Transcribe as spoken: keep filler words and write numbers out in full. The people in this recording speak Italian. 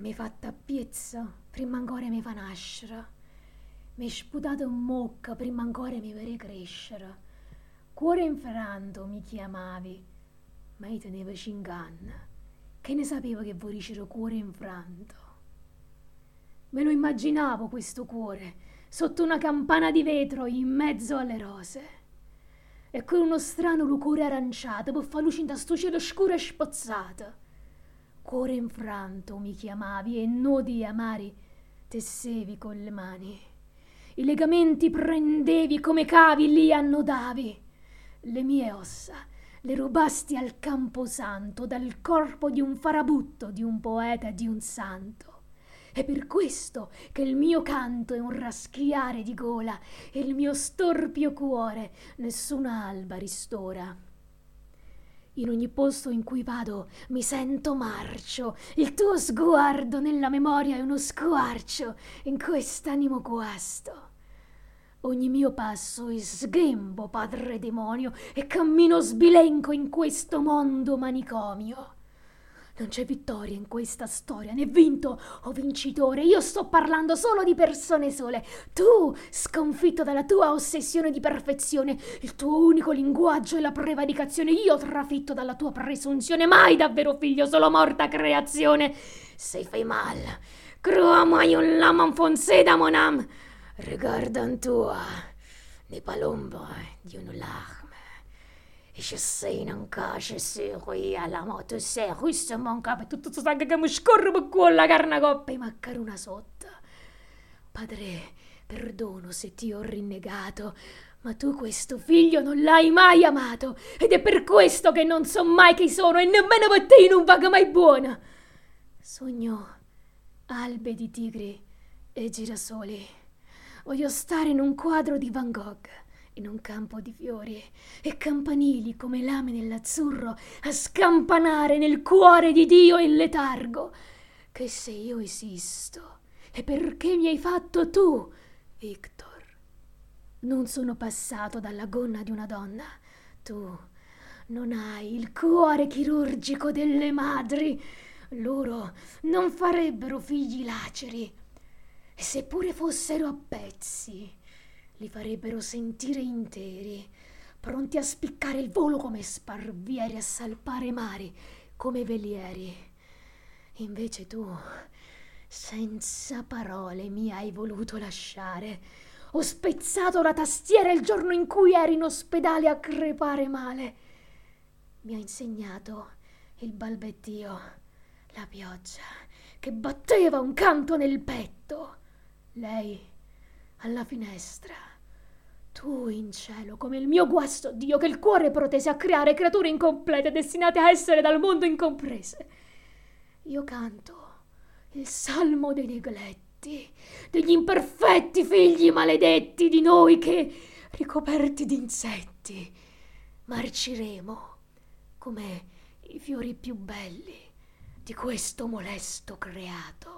mi fatta piezza prima ancora mi fa nascere, mi sputato in mocca prima ancora mi vede crescere. Cuore infranto mi chiamavi, ma io tenevo cinque anni, che ne sapevo che voi dicere cuore infranto. Me lo immaginavo questo cuore sotto una campana di vetro in mezzo alle rose, e con uno strano lucore aranciato per far luce in sto cielo scuro e spozzato. Cuore infranto mi chiamavi e nodi amari tessevi con le mani, i legamenti prendevi come cavi li annodavi, le mie ossa le rubasti al camposanto dal corpo di un farabutto, di un poeta e di un santo. È per questo che il mio canto è un raschiare di gola e il mio storpio cuore nessuna alba ristora. In ogni posto in cui vado mi sento marcio, il tuo sguardo nella memoria è uno squarcio in quest'animo guasto. Ogni mio passo è sghembo, padre demonio, e cammino sbilenco in questo mondo manicomio. Non c'è vittoria in questa storia, né vinto o vincitore. Io sto parlando solo di persone sole. Tu, sconfitto dalla tua ossessione di perfezione, il tuo unico linguaggio è la prevaricazione. Io trafitto dalla tua presunzione, mai davvero figlio, solo morta creazione. Sei fai mal, croamai un laman fonseda monam. Regardan tua, ne palombo di un lach. E je sei non cace se qui alla moto se questo manca per tutto questo sangue che mi scorre per quella carne coppa e mancare una sotta. Padre, perdono se ti ho rinnegato, ma tu questo figlio non l'hai mai amato ed è per questo che non so mai chi sono e nemmeno per te non vaga mai buona. Sogno albe di tigri e girasoli. Voglio stare in un quadro di Van Gogh, in un campo di fiori e campanili come lame nell'azzurro a scampanare nel cuore di Dio in letargo. Che se io esisto è perché mi hai fatto tu, Victor. Non sono passato dalla gonna di una donna. Tu non hai il cuore chirurgico delle madri. Loro non farebbero figli laceri. E seppure fossero a pezzi, li farebbero sentire interi, pronti a spiccare il volo come sparvieri, a salpare mari come velieri. Invece tu, senza parole, mi hai voluto lasciare. Ho spezzato la tastiera il giorno in cui eri in ospedale a crepare male. Mi ha insegnato il balbettio, la pioggia che batteva un canto nel petto. Lei alla finestra, tu in cielo come il mio guasto Dio che il cuore protese a creare creature incomplete destinate a essere dal mondo incomprese. Io canto il salmo dei negletti, degli imperfetti figli maledetti di noi che, ricoperti d'insetti, marciremo come i fiori più belli di questo molesto creato.